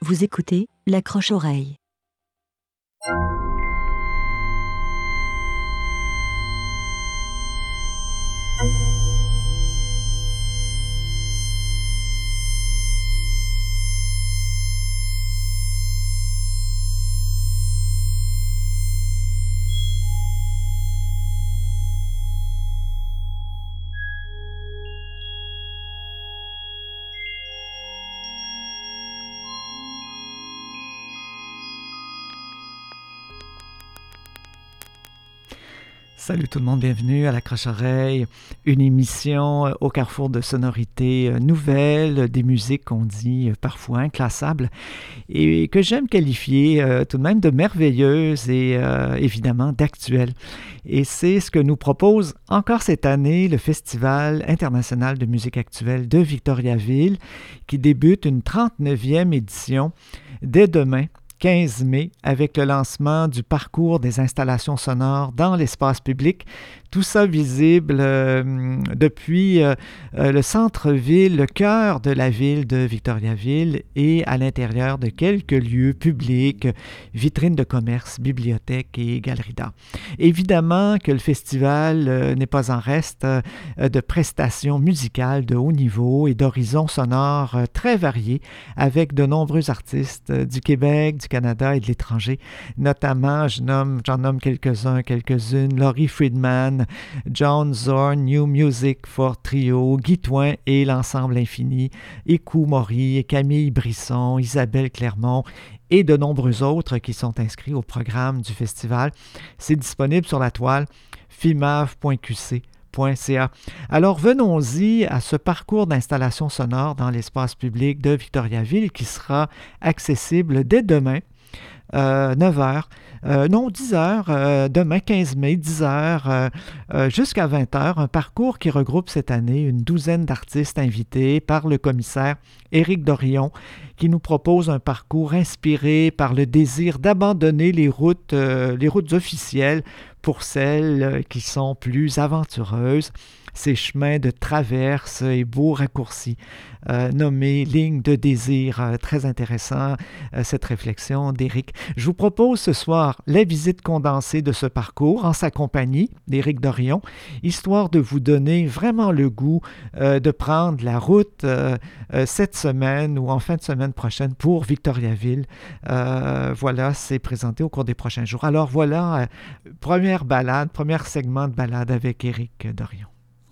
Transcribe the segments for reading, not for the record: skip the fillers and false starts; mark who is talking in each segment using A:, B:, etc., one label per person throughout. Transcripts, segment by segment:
A: Vous écoutez l'accroche-oreille.
B: Salut tout le monde, bienvenue à l'accroche-oreille, une émission au carrefour de sonorités nouvelles, des musiques qu'on dit parfois inclassables et que j'aime qualifier tout de même de merveilleuses et évidemment d'actuelles. Et c'est ce que nous propose encore cette année le Festival international de musique actuelle de Victoriaville qui débute une 39e édition dès demain. 15 mai, avec le lancement du parcours des installations sonores dans l'espace public. Tout ça visible depuis le centre-ville, le cœur de la ville de Victoriaville et à l'intérieur de quelques lieux publics, vitrines de commerce, bibliothèques et galeries d'art. Évidemment que le festival n'est pas en reste de prestations musicales de haut niveau et d'horizons sonores très variés avec de nombreux artistes du Québec, du Canada et de l'étranger. Notamment, j'en nomme quelques-unes, Laurie Friedman, John Zorn, New Music for Trio, Guy Toin et l'Ensemble Infini, Écou Maury, Camille Brisson, Isabelle Clermont et de nombreux autres qui sont inscrits au programme du festival. C'est disponible sur la toile fimav.qc.ca. Alors venons-y à ce parcours d'installation sonore dans l'espace public de Victoriaville qui sera accessible dès demain. 9h, 10h, demain 15 mai, 10h jusqu'à 20h, un parcours qui regroupe cette année une douzaine d'artistes invités par le commissaire Éric Dorion, qui nous propose un parcours inspiré par le désir d'abandonner les routes officielles pour celles qui sont plus aventureuses. Ces chemins de traverse et beaux raccourcis nommés lignes de désir. Très intéressant cette réflexion d'Éric. Je vous propose ce soir la visite condensée de ce parcours en sa compagnie d'Éric Dorion, histoire de vous donner vraiment le goût de prendre la route cette semaine ou en fin de semaine prochaine pour Victoriaville. Voilà, c'est présenté au cours des prochains jours. Alors voilà, premier segment de balade avec Éric Dorion.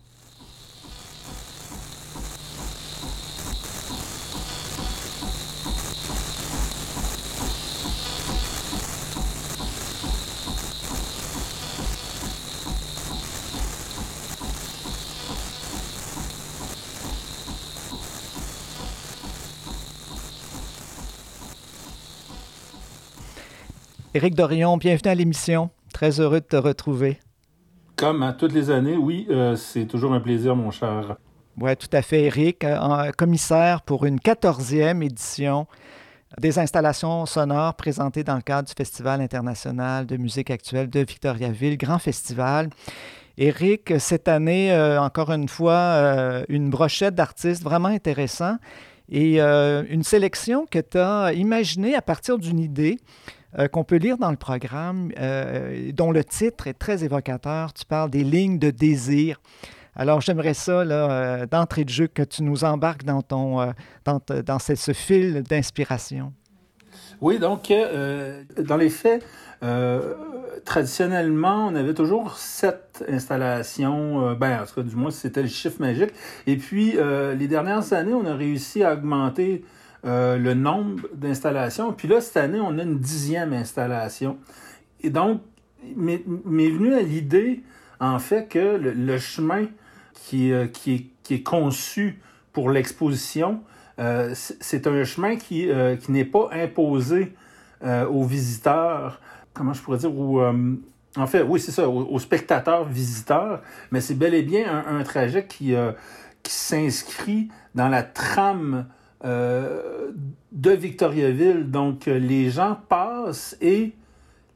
B: Éric Dorion, bienvenue à l'émission. Très heureux de te retrouver.
C: Comme à toutes les années, oui, c'est toujours un plaisir, mon cher.
B: Oui, tout à fait, Éric. Commissaire pour une 14e édition des installations sonores présentées dans le cadre du Festival international de musique actuelle de Victoriaville, grand festival. Éric, cette année, encore une fois, une brochette d'artistes vraiment intéressants et une sélection que tu as imaginée à partir d'une idée qu'on peut lire dans le programme, dont le titre est très évocateur. Tu parles des lignes de désir. Alors, j'aimerais ça, là, d'entrée de jeu, que tu nous embarques dans ce fil d'inspiration.
C: Oui, donc, dans les faits, traditionnellement, on avait toujours 7 installations, en tout cas, du moins, c'était le chiffre magique. Et puis, les dernières années, on a réussi à augmenter le nombre d'installations. Puis là, cette année, on a une 10e installation. Et donc, m'est venu à l'idée, en fait, que le chemin qui est conçu pour l'exposition, c'est un chemin qui n'est pas imposé aux visiteurs, comment je pourrais dire, en fait, oui, c'est ça, aux spectateurs visiteurs, mais c'est bel et bien un trajet qui s'inscrit dans la trame de Victoriaville. Donc, les gens passent et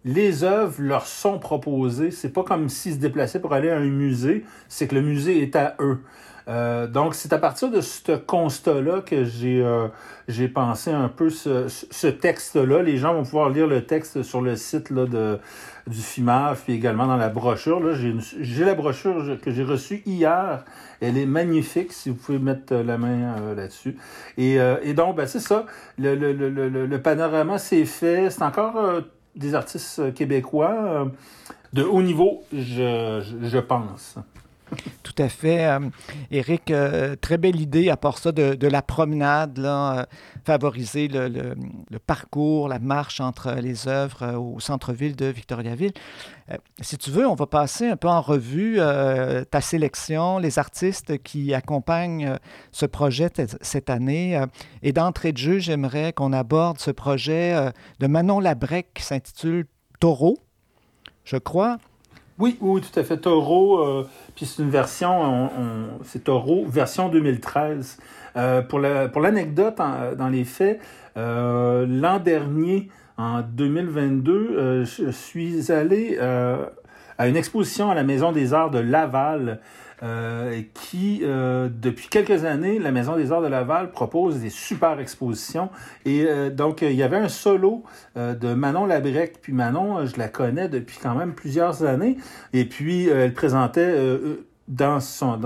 C: les œuvres leur sont proposées. C'est pas comme s'ils se déplaçaient pour aller à un musée, c'est que le musée est à eux. Donc, c'est à partir de ce constat-là que j'ai pensé un peu ce texte-là. Les gens vont pouvoir lire le texte sur le site là, du FIMAV, puis également dans la brochure. Là, j'ai la brochure que j'ai reçue hier. Elle est magnifique, si vous pouvez mettre la main là-dessus. Et donc, ben, c'est ça. Le panorama, c'est fait. C'est encore des artistes québécois de haut niveau, je pense.
B: Tout à fait. Éric, très belle idée, à part ça, de la promenade, là, favoriser le parcours, la marche entre les œuvres au centre-ville de Victoriaville. Si tu veux, on va passer un peu en revue ta sélection, les artistes qui accompagnent ce projet cette année. Et d'entrée de jeu, j'aimerais qu'on aborde ce projet de Manon Labrec qui s'intitule Taureau, je crois.
C: Oui, tout à fait. Taureau, puis c'est une version, c'est Taureau, version 2013. Pour l'anecdote, dans les faits, l'an dernier, en 2022, je suis allé à une exposition à la Maison des Arts de Laval, qui, depuis quelques années, la Maison des Arts de Laval propose des super expositions. Et donc, il y avait un solo de Manon Labrec. Puis Manon, je la connais depuis quand même plusieurs années. Et puis, elle présentait... dans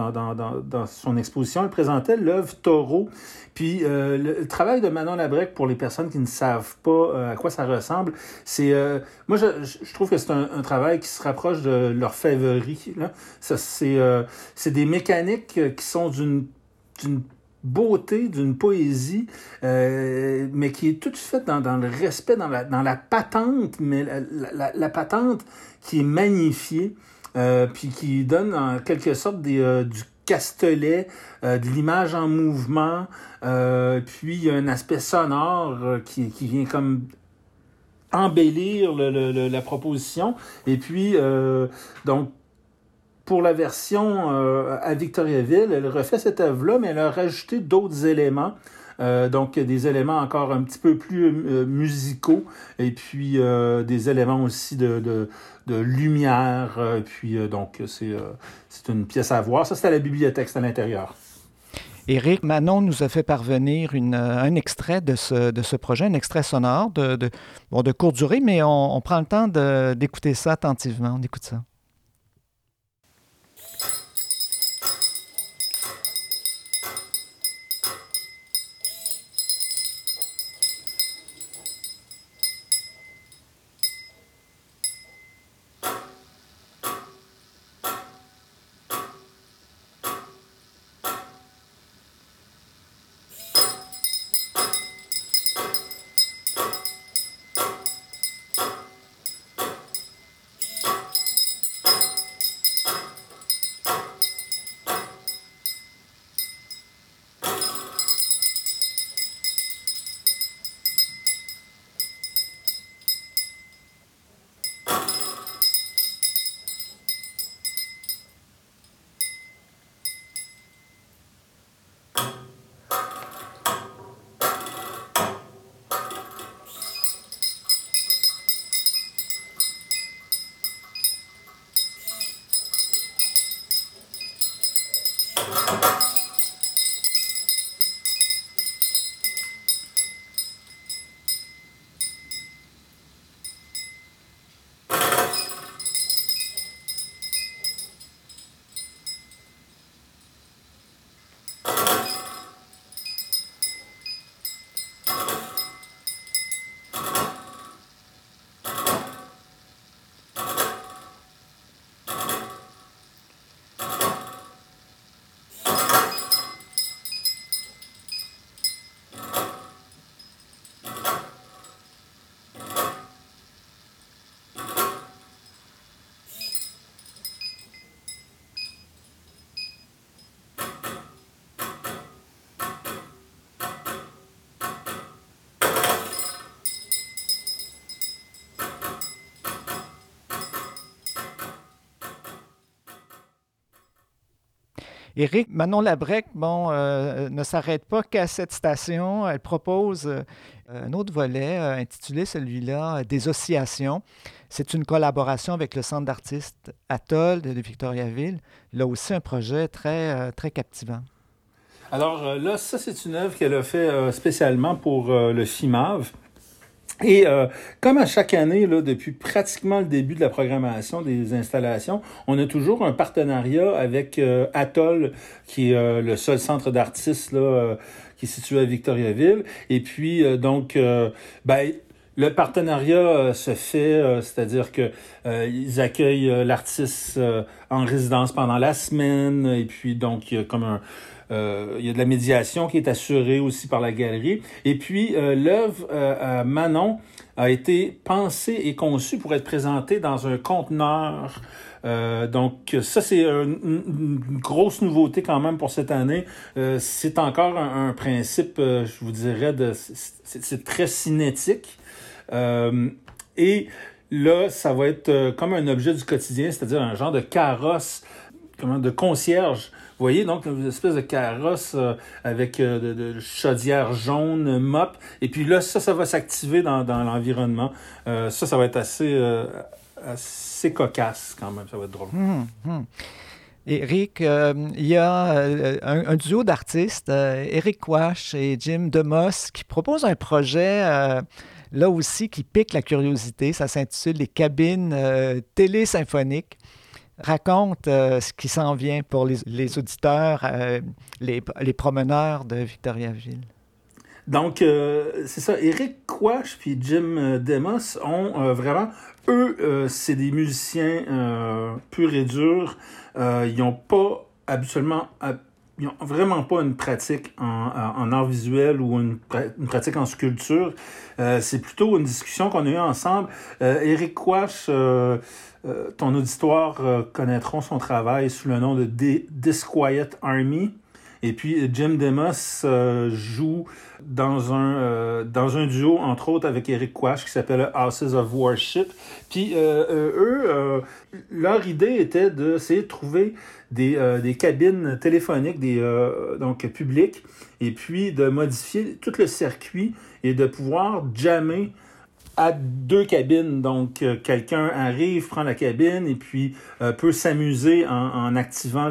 C: son exposition, elle présentait l'œuvre Taureau. Puis le travail de Manon Labrec, pour les personnes qui ne savent pas à quoi ça ressemble, c'est... moi, je trouve que c'est un travail qui se rapproche de l'orfèvrerie. Là. Ça, c'est des mécaniques qui sont d'une beauté, d'une poésie, mais qui est toute faite dans le respect, dans la patente, mais la patente qui est magnifiée. Puis qui donne en quelque sorte du castelet, de l'image en mouvement, puis il y a un aspect sonore qui vient comme embellir la proposition. Et puis, donc, pour la version à Victoriaville, elle refait cette œuvre-là, mais elle a rajouté d'autres éléments. Donc, des éléments encore un petit peu plus musicaux, et puis des éléments aussi de lumière. Puis, donc, c'est une pièce à voir. Ça, c'est à la bibliothèque, c'est à l'intérieur.
B: Éric, Manon nous a fait parvenir un extrait de ce projet, un extrait sonore de courte durée, mais on prend le temps d'écouter ça attentivement. On écoute ça. Éric, Manon Labrec, ne s'arrête pas qu'à cette station. Elle propose un autre volet intitulé celui-là des oscillations. C'est une collaboration avec le Centre d'artistes Atoll de Victoriaville. Là aussi, un projet très, très captivant.
C: Alors là, ça, c'est une œuvre qu'elle a fait spécialement pour le FIMAV. Et comme à chaque année, là, depuis pratiquement le début de la programmation des installations, on a toujours un partenariat avec Atoll, qui est le seul centre d'artistes là, qui est situé à Victoriaville. Et puis, le partenariat se fait, c'est-à-dire que ils accueillent l'artiste en résidence pendant la semaine. Et puis, donc, il y a comme il y a de la médiation qui est assurée aussi par la galerie. Et puis, l'œuvre Manon a été pensée et conçue pour être présentée dans un conteneur. Donc, ça, c'est une grosse nouveauté quand même pour cette année. C'est encore un principe, je vous dirais, c'est très cinétique. Et là, ça va être comme un objet du quotidien, c'est-à-dire un genre de carrosse, de concierge. Vous voyez, donc, une espèce de carrosse avec de chaudière jaune, mop. Et puis là, ça va s'activer dans l'environnement. Ça va être assez cocasse quand même. Ça va être drôle.
B: Éric, il y a un duo d'artistes, Éric Quash et Jim DeMoss, qui proposent un projet, là aussi, qui pique la curiosité. Ça s'intitule « Les cabines télésymphoniques ». Raconte ce qui s'en vient pour les auditeurs, les promeneurs de Victoriaville.
C: Donc, c'est ça. Éric Quash puis Jim DeMoss ont vraiment... Eux, c'est des musiciens purs et durs. Ils n'ont pas habituellement... Ils n'ont vraiment pas une pratique en art visuel ou une pratique en sculpture. C'est plutôt une discussion qu'on a eue ensemble. Éric Quash... ton auditoire connaîtront son travail sous le nom de Disquiet Army. Et puis Jim DeMoss joue dans un duo, entre autres, avec Éric Quash, qui s'appelle Houses of Worship. Puis eux, leur idée était d'essayer de trouver des cabines téléphoniques, donc publiques, et puis de modifier tout le circuit et de pouvoir jammer à 2 cabines. Donc, quelqu'un arrive, prend la cabine et puis peut s'amuser en activant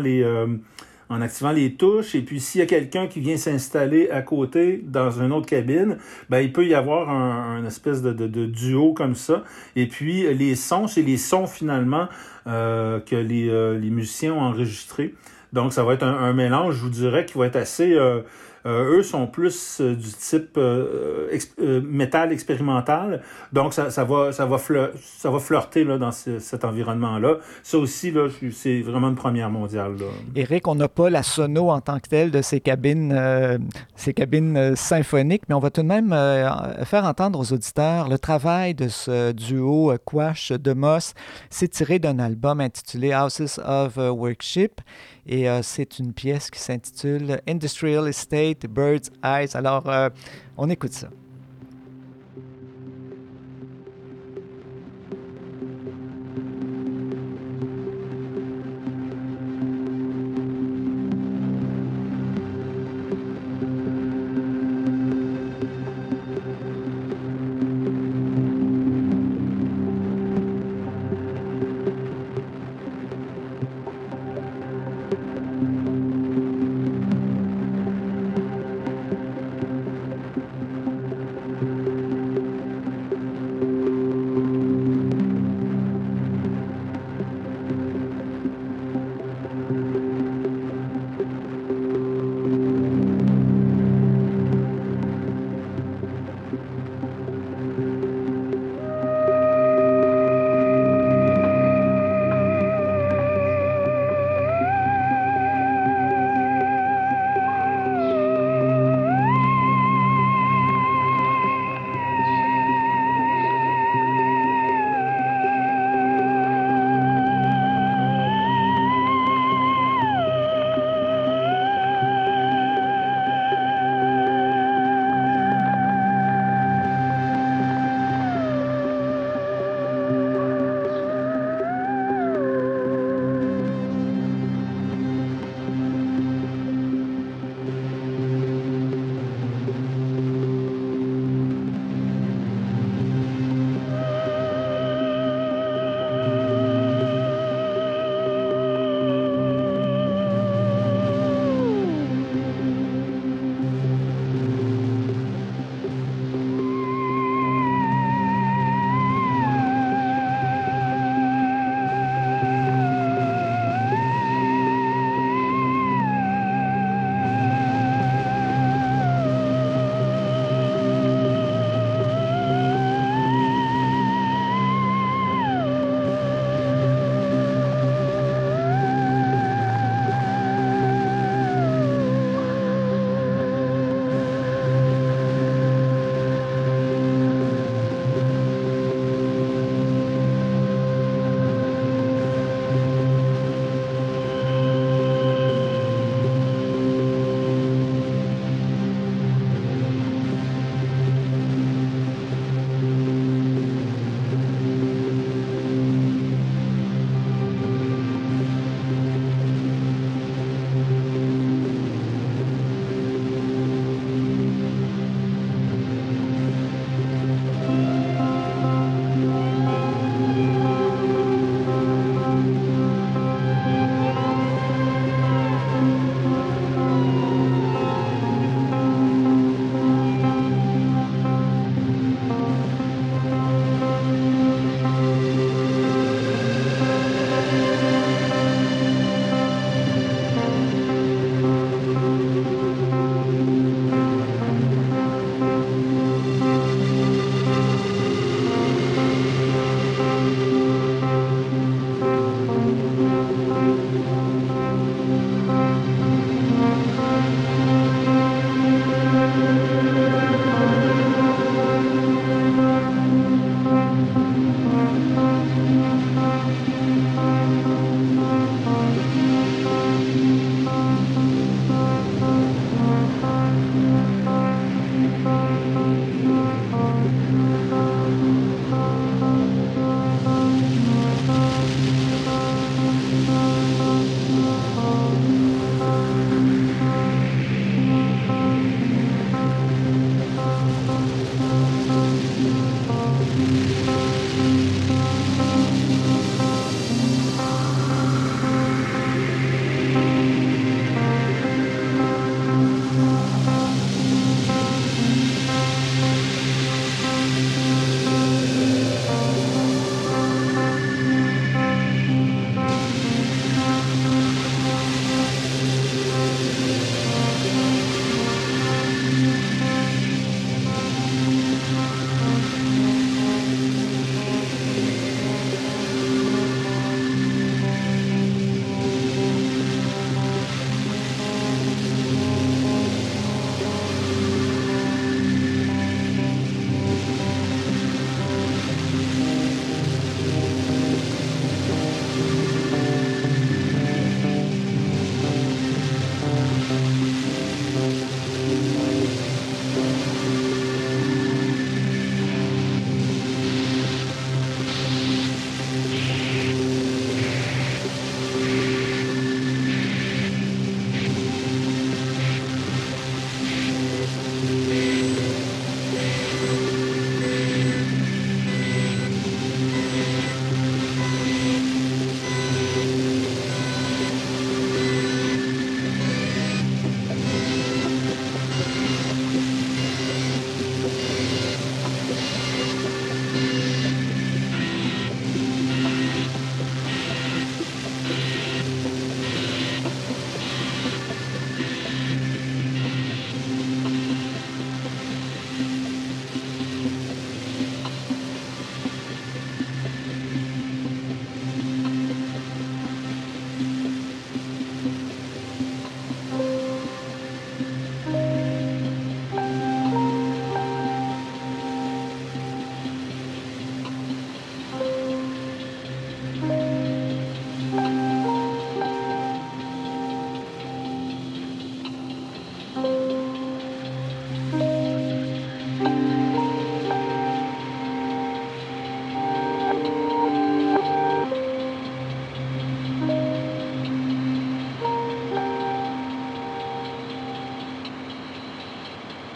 C: les touches. Et puis, s'il y a quelqu'un qui vient s'installer à côté dans une autre cabine, il peut y avoir un espèce de duo comme ça. Et puis, les sons, c'est les sons finalement que les musiciens ont enregistrés. Donc, ça va être un mélange, je vous dirais, qui va être assez... eux sont plus du type métal expérimental, donc ça va flirter là, dans cet environnement-là. Ça aussi, là, c'est vraiment une première mondiale. Là.
B: Éric, on n'a pas la sono en tant que telle de ces cabines symphoniques, mais on va tout de même faire entendre aux auditeurs le travail de ce duo Quash DeMoss. C'est tiré d'un album intitulé Houses of Worship. Et c'est une pièce qui s'intitule Industrial Estate, Bird's Eyes. Alors, on écoute ça.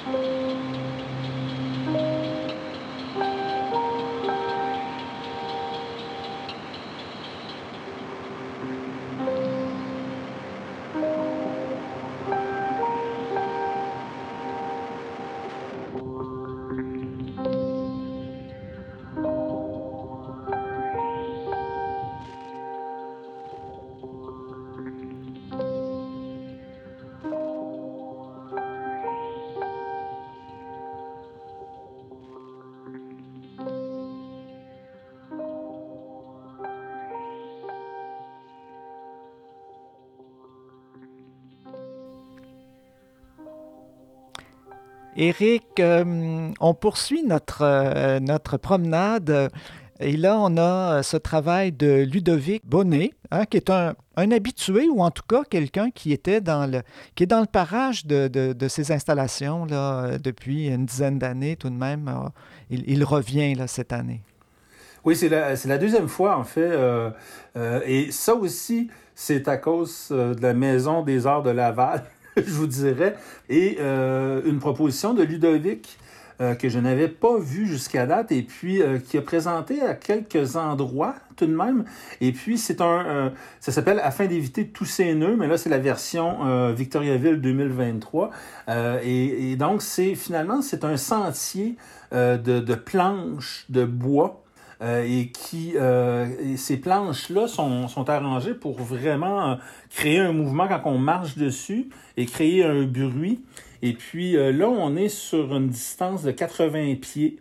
B: Éric, on poursuit notre promenade et là, on a ce travail de Ludovic Bonnet, hein, qui est un habitué ou en tout cas quelqu'un qui est dans le parage de ces installations là, depuis une dizaine d'années tout de même. Il revient là, cette année.
C: Oui, c'est la deuxième fois, en fait. Et ça aussi, c'est à cause de la Maison des Arts de Laval, je vous dirais. Et une proposition de Ludovic que je n'avais pas vue jusqu'à date et puis qui a présenté à quelques endroits tout de même. Et puis, ça s'appelle « Afin d'éviter tous ces nœuds », mais là, c'est la version Victoriaville 2023. Et donc, c'est un sentier de planches de bois. Et ces planches-là sont arrangées pour vraiment créer un mouvement quand on marche dessus et créer un bruit. Et puis là, on est sur une distance de 80 pieds.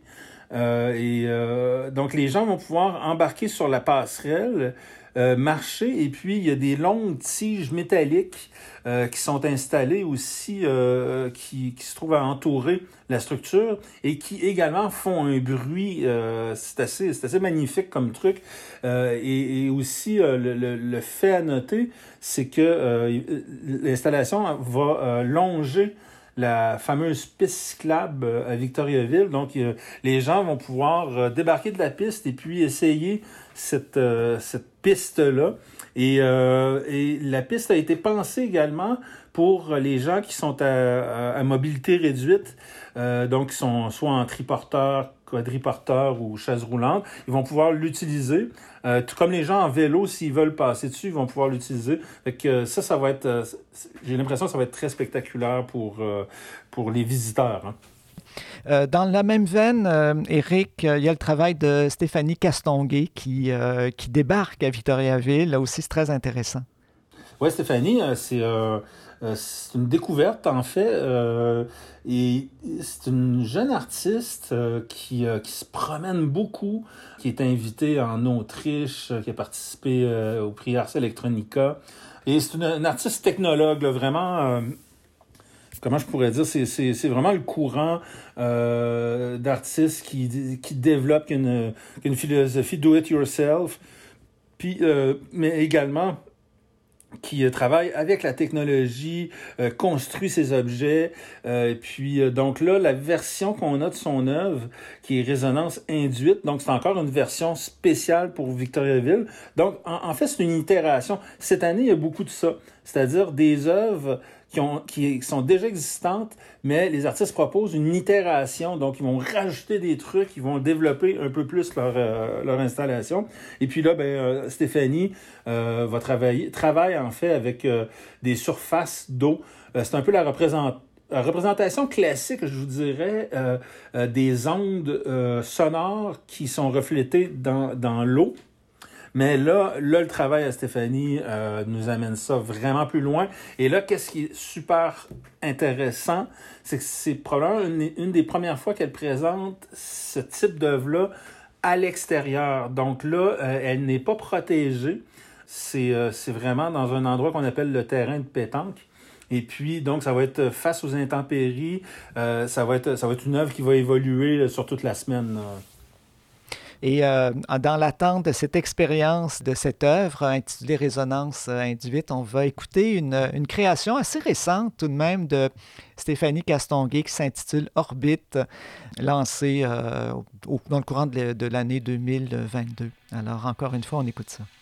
C: Donc, les gens vont pouvoir embarquer sur la passerelle, marcher, et puis il y a des longues tiges métalliques qui sont installées aussi, qui se trouvent à entourer la structure et qui également font un bruit. C'est assez magnifique comme truc. Et aussi, le fait à noter, c'est que l'installation va longer la fameuse piste cyclable à Victoriaville. Donc, les gens vont pouvoir débarquer de la piste et puis essayer cette piste-là. Et la piste a été pensée également pour les gens qui sont à mobilité réduite, donc qui sont soit en triporteur, quadriporteur ou chaise roulante. Ils vont pouvoir l'utiliser. Tout comme les gens en vélo, s'ils veulent passer dessus, ils vont pouvoir l'utiliser. Fait que ça va être... j'ai l'impression que ça va être très spectaculaire pour les visiteurs, hein.
B: Dans la même veine, Éric, il y a le travail de Stéphanie Castonguay qui débarque à Victoriaville. Là aussi, c'est très intéressant.
C: Oui, Stéphanie, c'est une découverte, en fait. Et c'est une jeune artiste qui se promène beaucoup, qui est invitée en Autriche, qui a participé au prix Ars Electronica. Et c'est une artiste technologue, là, vraiment... comment je pourrais dire, c'est vraiment le courant d'artistes qui développent une philosophie do it yourself, puis mais également qui travaille avec la technologie, construit ses objets. Donc là, la version qu'on a de son œuvre, qui est Résonance induite, donc c'est encore une version spéciale pour Victoriaville. Donc, en fait, c'est une itération. Cette année, il y a beaucoup de ça. C'est-à-dire des œuvres qui sont déjà existantes, mais les artistes proposent une itération. Donc, ils vont rajouter des trucs, ils vont développer un peu plus leur installation. Et puis là, Stéphanie travaille en fait avec des surfaces d'eau. C'est un peu la représentation classique, je vous dirais, des ondes sonores qui sont reflétées dans l'eau. Mais là, le travail à Stéphanie nous amène ça vraiment plus loin. Et là, qu'est-ce qui est super intéressant, c'est que c'est probablement une des premières fois qu'elle présente ce type d'œuvre-là à l'extérieur. Donc là, elle n'est pas protégée. C'est vraiment dans un endroit qu'on appelle le terrain de pétanque. Et puis, donc, ça va être face aux intempéries. Ça va être une œuvre qui va évoluer sur toute la semaine.
B: Et dans l'attente de cette expérience, de cette œuvre intitulée Résonance induite, on va écouter une création assez récente tout de même de Stéphanie Castonguay qui s'intitule Orbite, lancée dans le courant de l'année 2022. Alors, encore une fois, on écoute ça.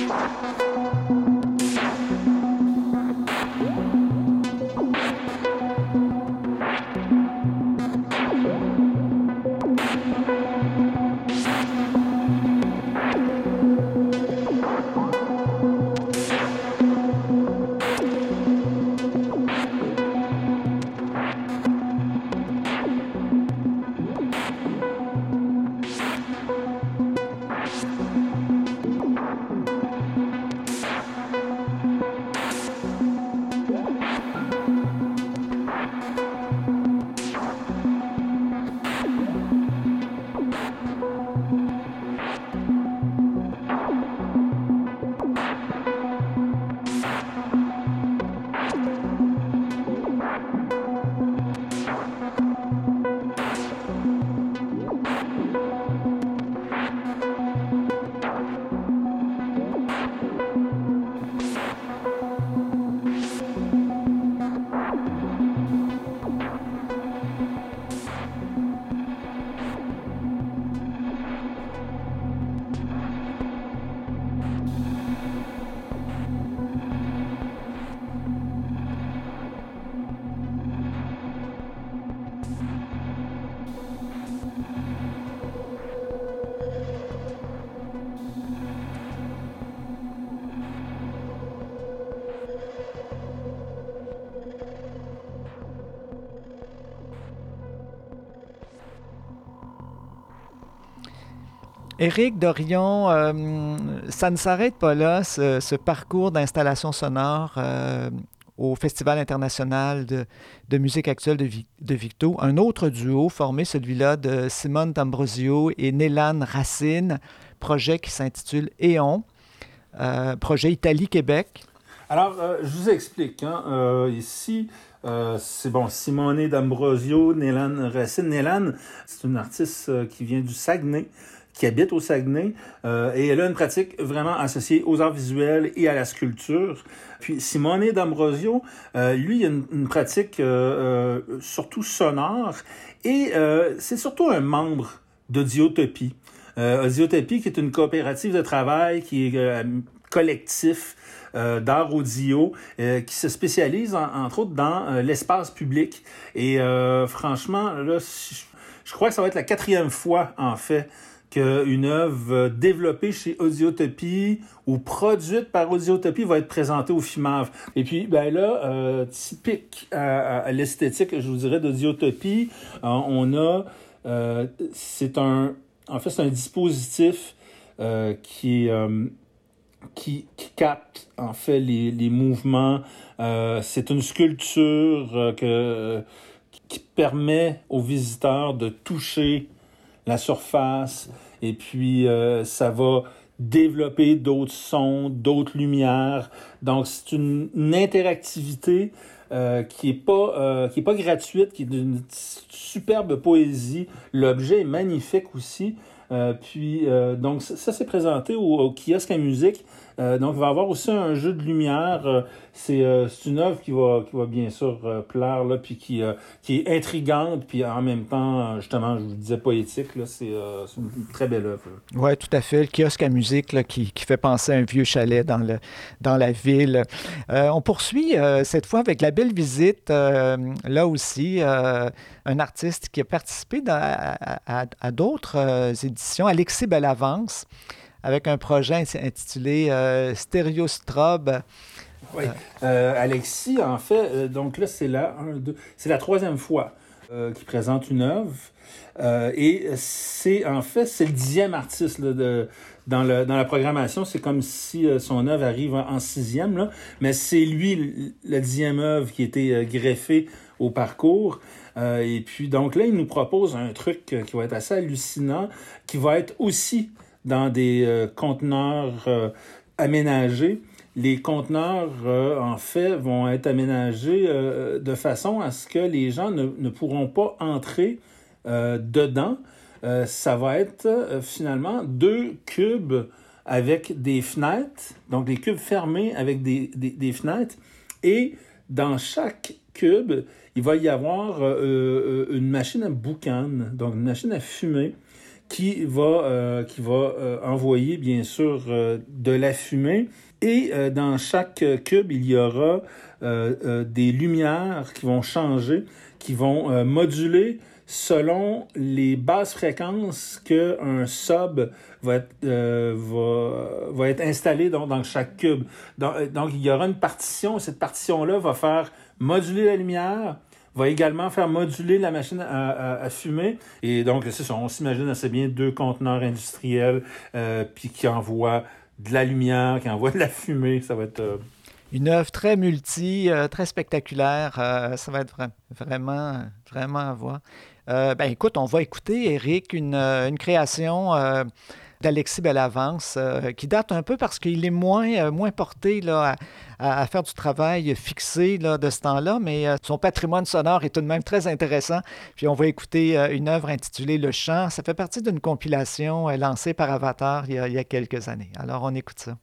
B: Éric Dorion, ça ne s'arrête pas là, ce parcours d'installation sonore au Festival international de musique actuelle de Victo. Un autre duo formé, celui-là de Simone D'Ambrosio et Nélan Racine, projet qui s'intitule Éon, projet Italie-Québec.
C: Alors, je vous explique. Ici, c'est bon, Simone D'Ambrosio, Nélan Racine. Nélan, c'est une artiste qui vient du Saguenay, qui habite au Saguenay, et elle a une pratique vraiment associée aux arts visuels et à la sculpture. Puis Simone D'Ambrosio, lui, il a une pratique surtout sonore, et c'est surtout un membre d'Audiotopie. Audiotopie, qui est une coopérative de travail, qui est collectif d'art audio, qui se spécialise, entre autres, dans l'espace public. Et franchement, là, je crois que ça va être la 4e fois, en fait, qu'une œuvre développée chez Audiotopie ou produite par Audiotopie va être présentée au FIMAV. Et puis, ben là, typique à l'esthétique, je vous dirais, d'Audiotopie, on a, c'est un dispositif qui capte, en fait, les mouvements. C'est une sculpture qui permet aux visiteurs de toucher la surface, et puis ça va développer d'autres sons, d'autres lumières. Donc, c'est une interactivité qui est pas gratuite, qui est d'une superbe poésie. L'objet est magnifique aussi. Donc, ça s'est présenté au kiosque à musique. Donc, il va y avoir aussi un jeu de lumière. C'est une œuvre qui va bien sûr plaire, là, puis qui est intrigante, puis en même temps, justement, je vous disais poétique. Là, c'est une très belle œuvre.
B: Oui, tout à fait. Le kiosque à musique là, qui fait penser à un vieux chalet dans la ville. On poursuit cette fois avec la belle visite, là aussi, un artiste qui a participé à d'autres éditions, Alexis Bellavance, avec un projet intitulé Stéréostrobe.
C: Oui, Alexis, en fait, donc là, c'est la 3e fois qu'il présente une œuvre. Et c'est le 10e artiste là, dans la programmation. C'est comme si son œuvre arrive en 6e, là, mais c'est lui, la 10e œuvre qui a été greffée au parcours. Et puis, donc là, il nous propose un truc qui va être assez hallucinant, qui va être aussi dans des conteneurs aménagés. Les conteneurs, en fait, vont être aménagés de façon à ce que les gens ne pourront pas entrer dedans. Ça va être finalement 2 cubes avec des fenêtres, donc des cubes fermés avec des fenêtres. Et dans chaque cube, il va y avoir une machine à boucan, donc une machine à fumer, qui va envoyer, bien sûr, de la fumée. Et dans chaque cube, il y aura des lumières qui vont changer, qui vont moduler selon les basses fréquences qu'un sub va être installé dans chaque cube. Donc, il y aura une partition. Cette partition-là va faire moduler la lumière, va également faire moduler la machine à fumer. Et donc, c'est ça, on s'imagine assez bien 2 conteneurs industriels puis qui envoient de la lumière, qui envoient de la fumée. Ça va être...
B: Une œuvre très très spectaculaire. Ça va être vraiment à voir. Écoute, on va écouter, Éric, une création d'Alexis Bellavance qui date un peu parce qu'il est moins porté là, à faire du travail fixé là, de ce temps-là, mais son patrimoine sonore est tout de même très intéressant. Puis on va écouter une œuvre intitulée Le Chant. Ça fait partie d'une compilation lancée par Avatar il y a quelques années. Alors on écoute ça.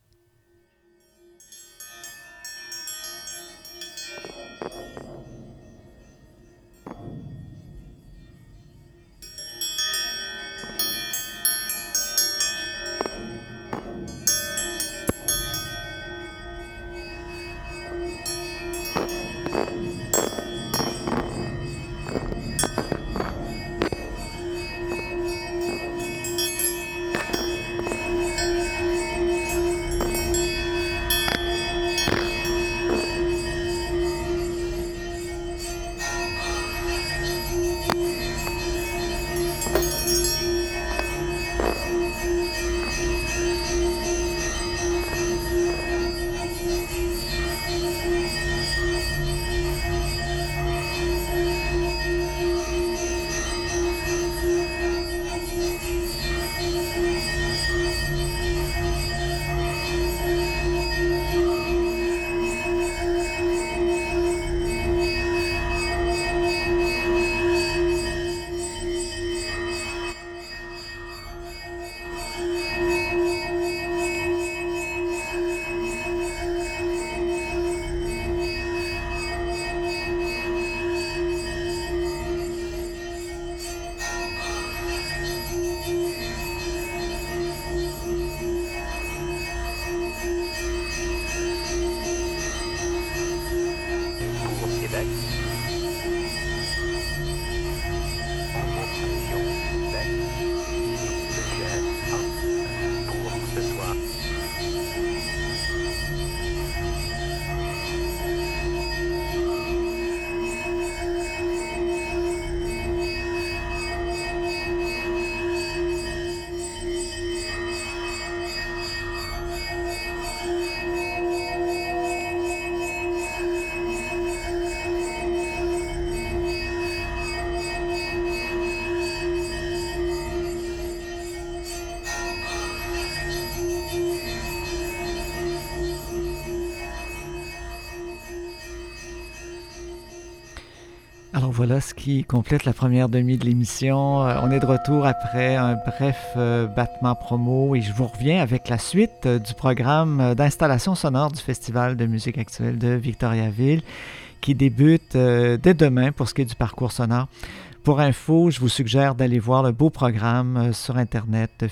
B: Alors voilà ce qui complète la première demi de l'émission. On est de retour après un bref battement promo et je vous reviens avec la suite du programme d'installation sonore du Festival de musique actuelle de Victoriaville qui débute dès demain pour ce qui est du parcours sonore. Pour info, je vous suggère d'aller voir le beau programme sur Internet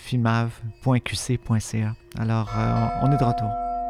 B: fimav.qc.ca. Alors, on est de retour.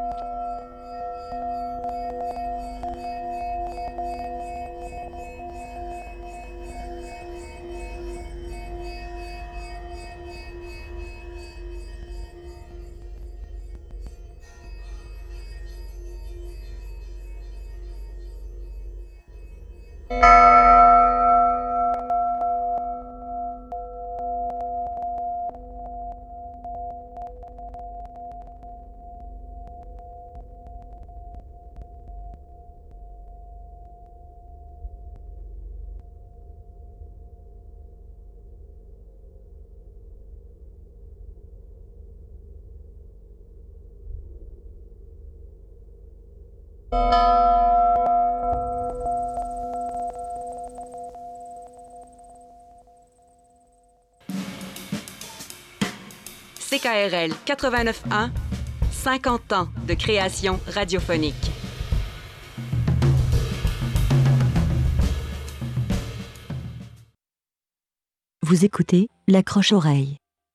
D: CKRL 89.1, 50 ans de création radiophonique.
A: Vous écoutez L'Accroche-Oreille.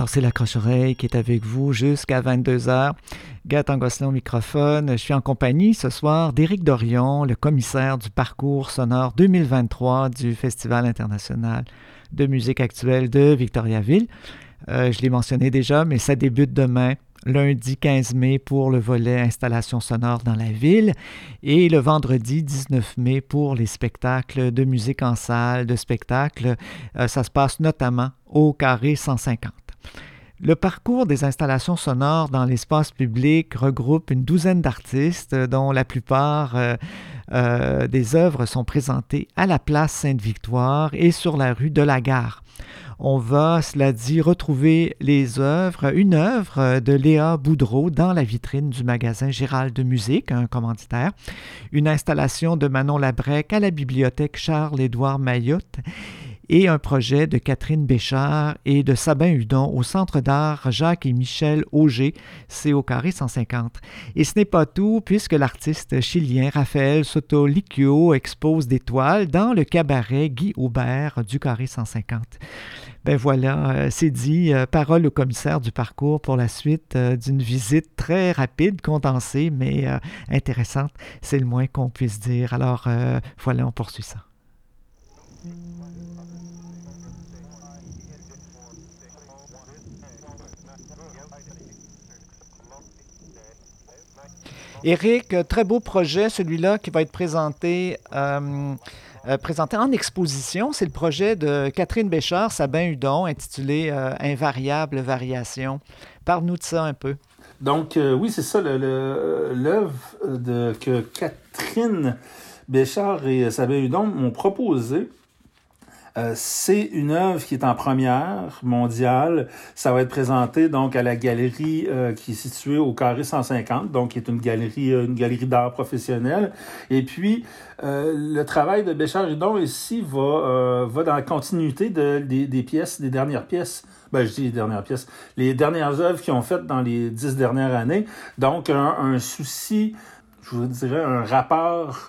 B: Alors, c'est l'accroche-oreille qui est avec vous jusqu'à 22h. Gaëtan Gosselin au microphone. Je suis en compagnie ce soir d'Éric Dorion, le commissaire du parcours sonore 2023 du Festival international de musique actuelle de Victoriaville. Je l'ai mentionné déjà, mais ça débute demain, lundi 15 mai pour le volet installation sonore dans la ville et le vendredi 19 mai pour les spectacles de musique en salle, de spectacles. Ça se passe notamment au Carré 150. Le parcours des installations sonores dans l'espace public regroupe une douzaine d'artistes dont la plupart des œuvres sont présentées à la place Sainte-Victoire et sur la rue de la Gare. On va, cela dit, retrouver une œuvre de Léa Boudreau dans la vitrine du magasin Gérald de Musique, un commanditaire, une installation de Manon Labrec à la bibliothèque Charles-Édouard Mayotte et un projet de Catherine Béchard et de Sabin Hudon au Centre d'art Jacques et Michel Auger, c'est au Carré 150. Et ce n'est pas tout, puisque l'artiste chilien Raphaël Soto-Licchio expose des toiles dans le cabaret Guy Aubert du Carré 150. Ben voilà, c'est dit. Parole au commissaire du parcours pour la suite d'une visite très rapide, condensée, mais intéressante. C'est le moins qu'on puisse dire. Alors, voilà, on poursuit ça. Éric, très beau projet, celui-là qui va être présenté en exposition. C'est le projet de Catherine Béchard, Sabin Hudon, intitulé « Invariable variation ». Parle-nous de ça un peu.
C: Donc, oui, c'est ça, l'œuvre que Catherine Béchard et Sabin Hudon m'ont proposé. C'est une œuvre qui est en première mondiale. Ça va être présenté donc à la galerie qui est située au Carré 150, donc qui est une galerie d'art professionnelle. Et puis le travail de Béchard-Hudon ici va dans la continuité des pièces, des dernières pièces. Ben, je dis les dernières pièces, les dernières œuvres qu'ils ont faites dans les 10 dernières années. Donc un souci, je vous dirais un rapport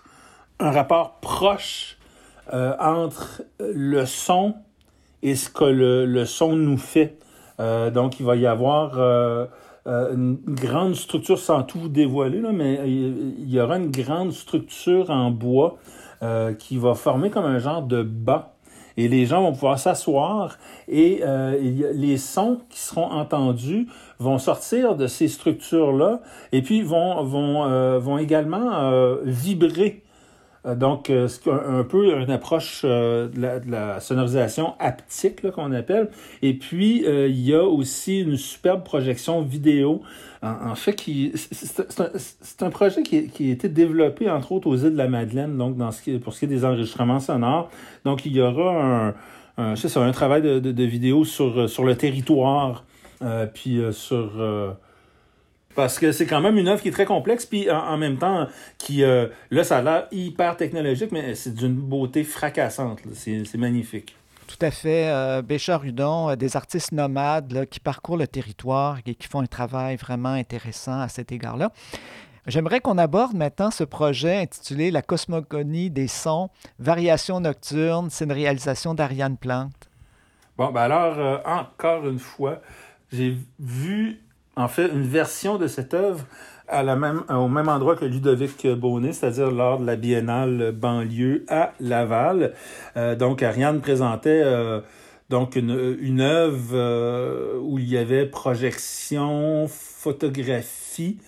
C: proche entre le son et ce que le son nous fait. Donc, il va y avoir une grande structure, sans tout vous dévoiler, là, mais il y aura une grande structure en bois qui va former comme un genre de banc. Et les gens vont pouvoir s'asseoir et les sons qui seront entendus vont sortir de ces structures-là et puis vont également vibrer. Donc, c'est un peu une approche de la sonorisation haptique là, qu'on appelle. Et puis, il y a aussi une superbe projection vidéo. En fait, c'est un projet qui a été développé, entre autres, aux îles de la Madeleine, donc pour ce qui est des enregistrements sonores. Donc, il y aura un travail de vidéo sur le territoire, puis sur... Parce que c'est quand même une œuvre qui est très complexe, puis en même temps, là, ça a l'air hyper technologique, mais c'est d'une beauté fracassante. Là. C'est magnifique.
B: Tout à fait. Béchard-Hudon, des artistes nomades là, qui parcourent le territoire et qui font un travail vraiment intéressant à cet égard-là. J'aimerais qu'on aborde maintenant ce projet intitulé « La cosmogonie des sons, variations nocturnes ». C'est une réalisation d'Ariane Plante.
C: Bon, ben alors, encore une fois, j'ai vu... En fait, une version de cette œuvre au même endroit que Ludovic Bonnet, c'est-à-dire lors de la Biennale banlieue à Laval. Donc, Ariane présentait donc une œuvre où il y avait projection, photographie,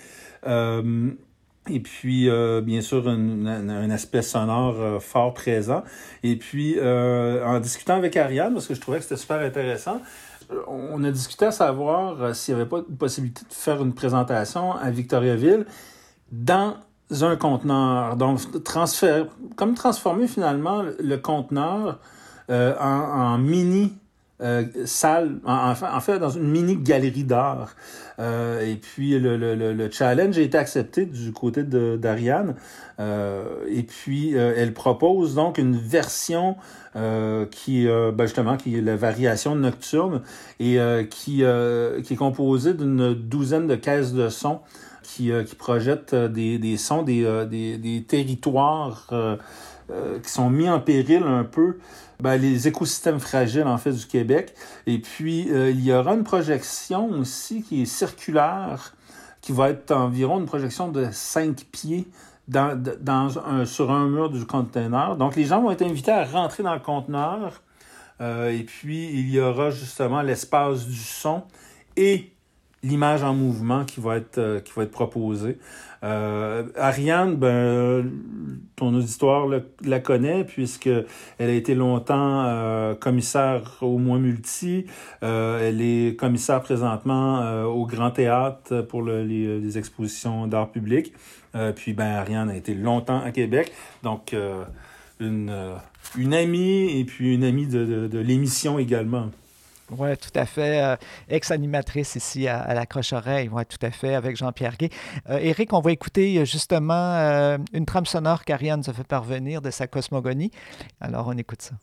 C: et puis, bien sûr, un aspect sonore fort présent. Et puis, en discutant avec Ariane, parce que je trouvais que c'était super intéressant, on a discuté à savoir s'il n'y avait pas de possibilité de faire une présentation à Victoriaville dans un conteneur. Donc, transformer finalement le conteneur en mini salle, en fait, dans une mini galerie d'art. Et puis, le challenge a été accepté du côté d'Ariane. Et puis, elle propose donc une version qui est la variation nocturne et qui est composée d'une douzaine de caisses de sons qui projettent des sons des territoires qui sont mis en péril un peu les écosystèmes fragiles, en fait, du Québec. Et puis, il y aura une projection aussi qui est circulaire, qui va être environ une projection de 5 pieds sur un mur du conteneur. Donc, les gens vont être invités à rentrer dans le conteneur. Et puis, il y aura justement l'espace du son et l'image en mouvement qui va être proposée. Ariane, ton auditoire la connaît puisqu'elle a été longtemps commissaire au Mois Multi. Elle est commissaire présentement au Grand Théâtre pour les expositions d'art public. Puis Ariane a été longtemps à Québec. Donc, une amie et puis une amie de l'émission également.
B: Oui, tout à fait. Ex-animatrice ici à la Croche-Oreille, oui, tout à fait, avec Jean-Pierre Gay. Éric, on va écouter justement une trame sonore qu'Ariane nous a fait parvenir de sa cosmogonie. Alors, on écoute ça.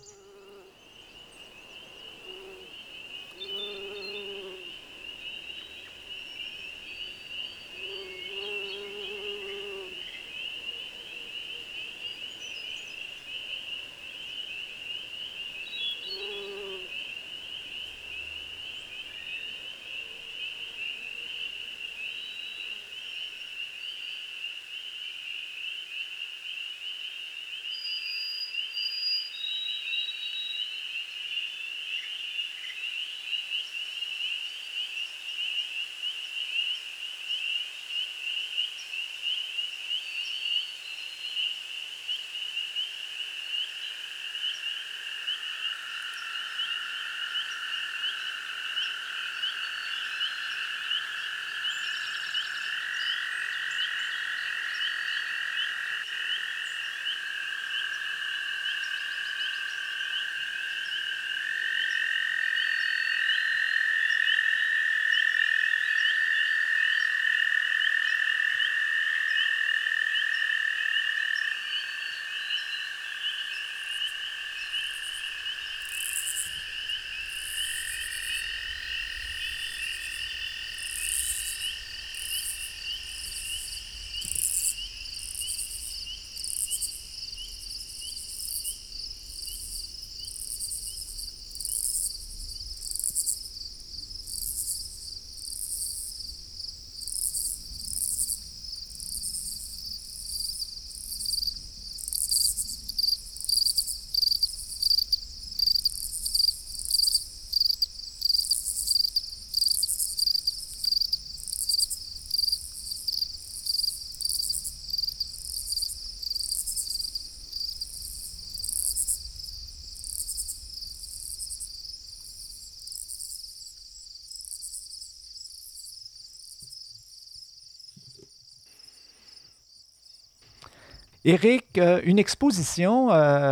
B: Éric, une exposition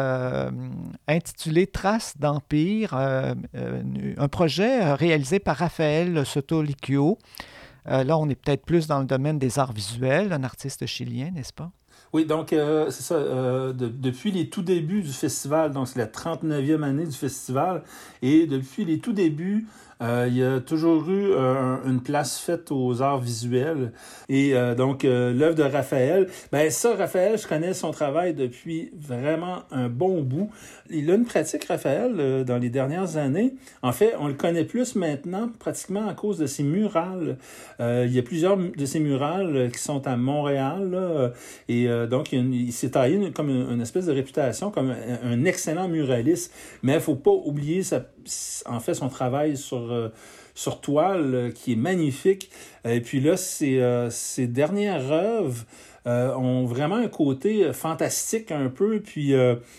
B: intitulée Traces d'Empire, un projet réalisé par Raphaël Sotolicchio. Là, on est peut-être plus dans le domaine des arts visuels, un artiste chilien, n'est-ce pas?
C: Oui, donc c'est ça. Depuis les tout débuts du festival, donc c'est la 39e année du festival, et depuis les tout débuts, il y a toujours eu une place faite aux arts visuels. Et donc, l'œuvre de Raphaël, Raphaël, je connais son travail depuis vraiment un bon bout. Il a une pratique, Raphaël, dans les dernières années. En fait, on le connaît plus maintenant, pratiquement à cause de ses murales. Il y a plusieurs de ses murales qui sont à Montréal, là, et donc, il s'est taillé comme une espèce de réputation, comme un excellent muraliste. Mais il ne faut pas oublier son travail sur toile, qui est magnifique. Et puis là, ses dernières œuvres ont vraiment un côté fantastique un peu, puis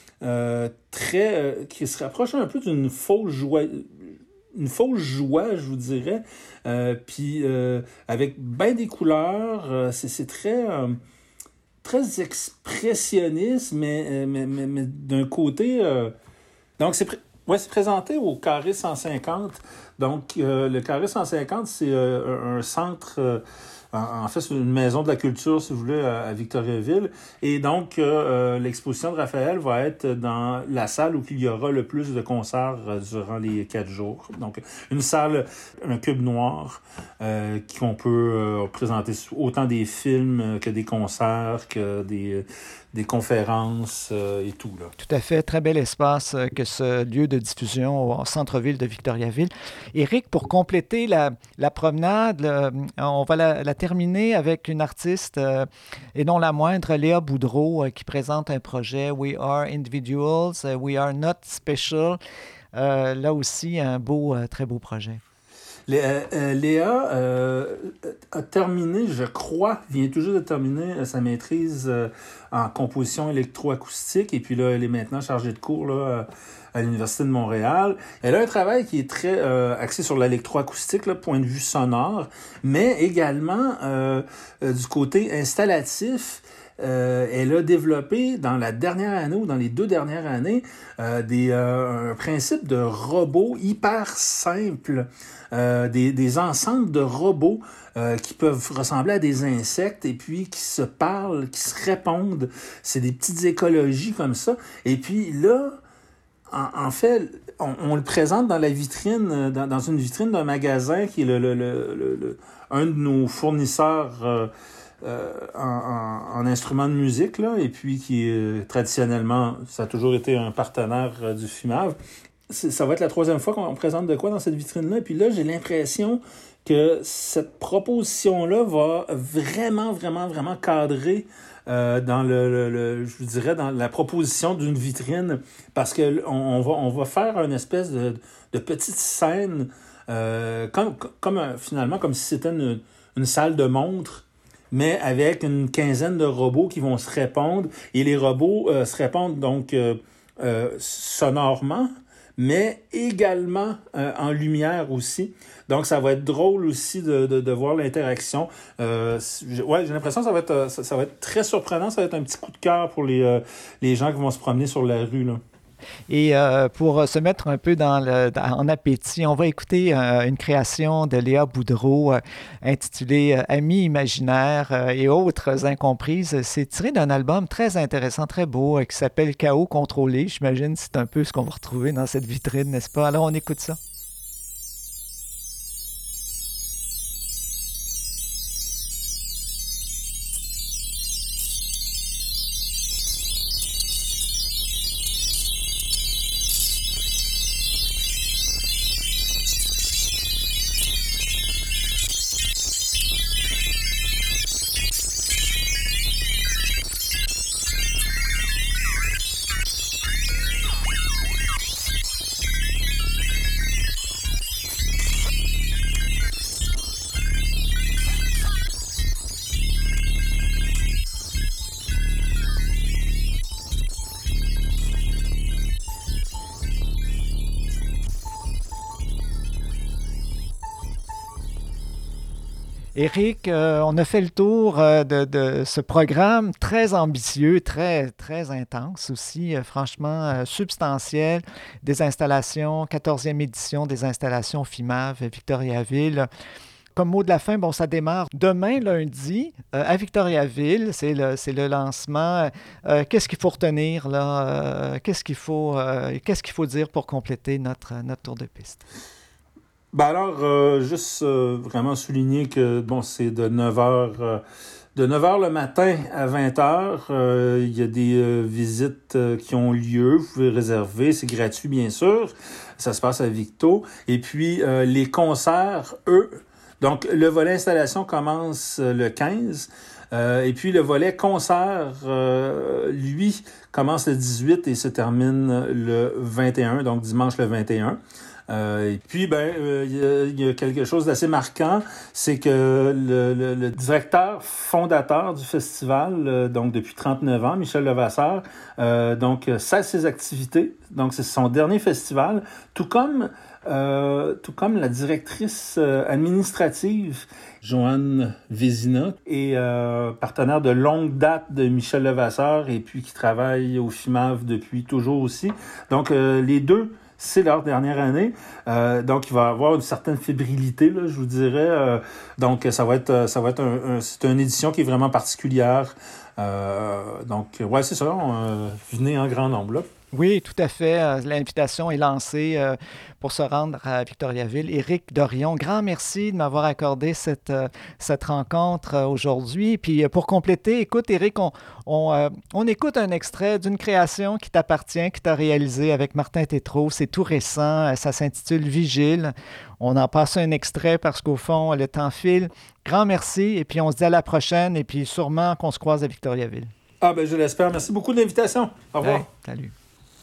C: qui se rapproche un peu d'une fausse joie. Une fausse joie, je vous dirais. Puis avec bien des couleurs, c'est très... très expressionniste, mais d'un côté... Donc, c'est présenté au Carré 150 Donc, le Carré 150, c'est un centre... En fait, c'est une maison de la culture, si vous voulez, à Victoriaville. Et donc, l'exposition de Raphaël va être dans la salle où il y aura le plus de concerts durant les 4 jours. Donc, une salle, un cube noir, qu'on peut présenter autant des films que des concerts, que des conférences et tout, là.
B: Tout à fait. Très bel espace que ce lieu de diffusion au centre-ville de Victoriaville. Éric, pour compléter la promenade, on va la terminer avec une artiste, et non la moindre, Léa Boudreau, qui présente un projet « We are individuals, we are not special ». Là aussi, un très beau projet.
C: Léa a terminé, je crois, vient tout juste de terminer sa maîtrise en composition électroacoustique, et puis là, elle est maintenant chargée de cours là, à l'Université de Montréal. Elle a un travail qui est très axé sur l'électroacoustique, là, point de vue sonore, mais également du côté installatif. Elle a développé dans la dernière année ou dans les 2 dernières années un principe de robot hyper simple, des ensembles de robots qui peuvent ressembler à des insectes et puis qui se parlent, qui se répondent. C'est des petites écologies comme ça. Et puis là, en fait, on le présente dans la vitrine, dans une vitrine d'un magasin qui est un de nos fournisseurs en instruments de musique, là, et puis qui est traditionnellement, ça a toujours été un partenaire du FIMAV. Ça va être la 3e fois qu'on présente de quoi dans cette vitrine-là. Et puis là, j'ai l'impression que cette proposition-là va vraiment, vraiment, vraiment cadrer dans je vous dirais, dans la proposition d'une vitrine, parce que on va faire une espèce de petite scène, finalement, comme si c'était une salle de montre, mais avec une quinzaine de robots qui vont se répondre. Et les robots se répondent donc sonorement, mais également en lumière aussi. Donc, ça va être drôle aussi de voir l'interaction. Ouais, j'ai l'impression que ça va être très surprenant. Ça va être un petit coup de cœur pour les gens qui vont se promener sur la rue, là.
B: Et pour se mettre un peu en appétit, on va écouter une création de Léa Boudreau intitulée « Amis imaginaires et autres incomprises ». C'est tiré d'un album très intéressant, très beau, qui s'appelle « Chaos contrôlé ». J'imagine que c'est un peu ce qu'on va retrouver dans cette vitrine, n'est-ce pas? Alors, on écoute ça. Éric, on a fait le tour de ce programme très ambitieux, très, très intense aussi, franchement substantiel, des installations, 14e édition des installations FIMAV Victoriaville. Comme mot de la fin, bon, ça démarre demain, lundi, à Victoriaville. C'est le lancement. Qu'est-ce qu'il faut retenir, là? Qu'est-ce qu'il faut dire pour compléter notre tour de piste?
C: Ben alors, juste vraiment souligner que bon, c'est de 9h le matin à 20h. Il y a des visites qui ont lieu. Vous pouvez réserver. C'est gratuit, bien sûr. Ça se passe à Victo. Et puis, les concerts, eux, donc le volet installation commence le 15. Et puis, le volet concert, lui, commence le 18 et se termine le 21, donc dimanche le 21. Et puis, il y a quelque chose d'assez marquant, c'est que le directeur fondateur du festival, donc depuis 39 ans, Michel Levasseur, cesse ses activités. Donc, c'est son dernier festival, tout comme la directrice administrative, Joanne Vézina, est partenaire de longue date de Michel Levasseur et puis qui travaille au FIMAV depuis toujours aussi. Donc, les deux c'est leur dernière année. Donc, il va y avoir une certaine fébrilité, là, je vous dirais. Donc, c'est une édition qui est vraiment particulière. Donc, ouais, c'est ça. Venez en grand nombre, là.
B: Oui, tout à fait. L'invitation est lancée pour se rendre à Victoriaville. Éric Dorion, grand merci de m'avoir accordé cette rencontre aujourd'hui. Puis pour compléter, écoute, Éric, on écoute un extrait d'une création qui t'appartient, qui t'a réalisé avec Martin Tétrault. C'est tout récent. Ça s'intitule Vigile. On en passe un extrait parce qu'au fond, le temps file. Grand merci. Et puis on se dit à la prochaine. Et puis sûrement qu'on se croise à Victoriaville.
C: Ah, ben je l'espère. Merci beaucoup de l'invitation. Au revoir.
B: Ouais, salut.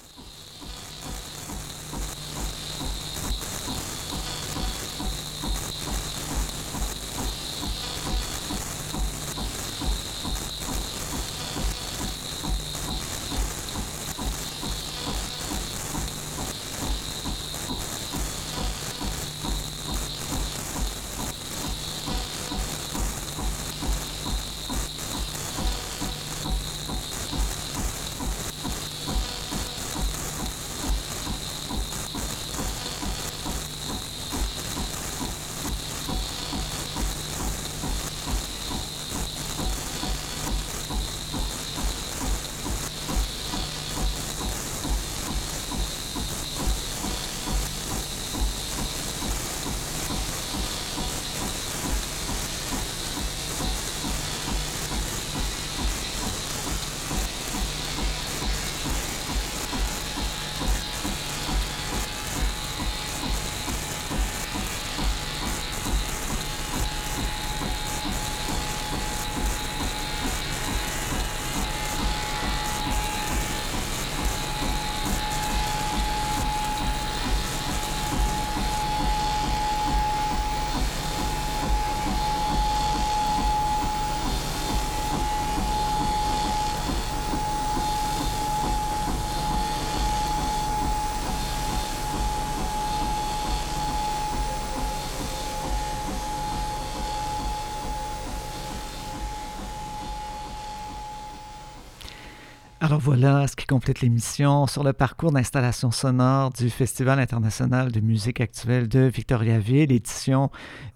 B: Alors voilà ce qui complète l'émission sur le parcours d'installation sonore du Festival international de musique actuelle de Victoriaville, édition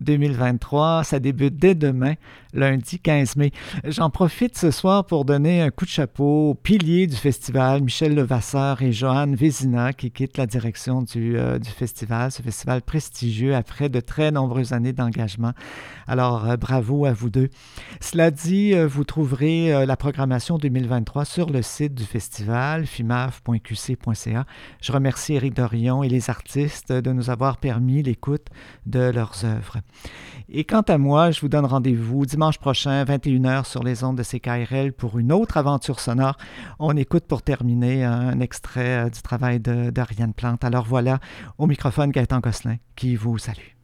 B: 2023. Ça débute dès demain, lundi 15 mai. J'en profite ce soir pour donner un coup de chapeau aux piliers du festival, Michel Levasseur et Joanne Vézina, qui quittent la direction du festival, ce festival prestigieux après de très nombreuses années d'engagement. Alors, bravo à vous deux. Cela dit, vous trouverez la programmation 2023 sur le site du festival, fimav.qc.ca. Je remercie Éric Dorion et les artistes de nous avoir permis l'écoute de leurs œuvres. Et quant à moi, je vous donne rendez-vous dimanche prochain, 21h, sur les ondes de CKRL pour une autre aventure sonore. On écoute pour terminer un extrait du travail d'Ariane Plante. Alors voilà, au microphone, Gaëtan Gosselin qui vous salue.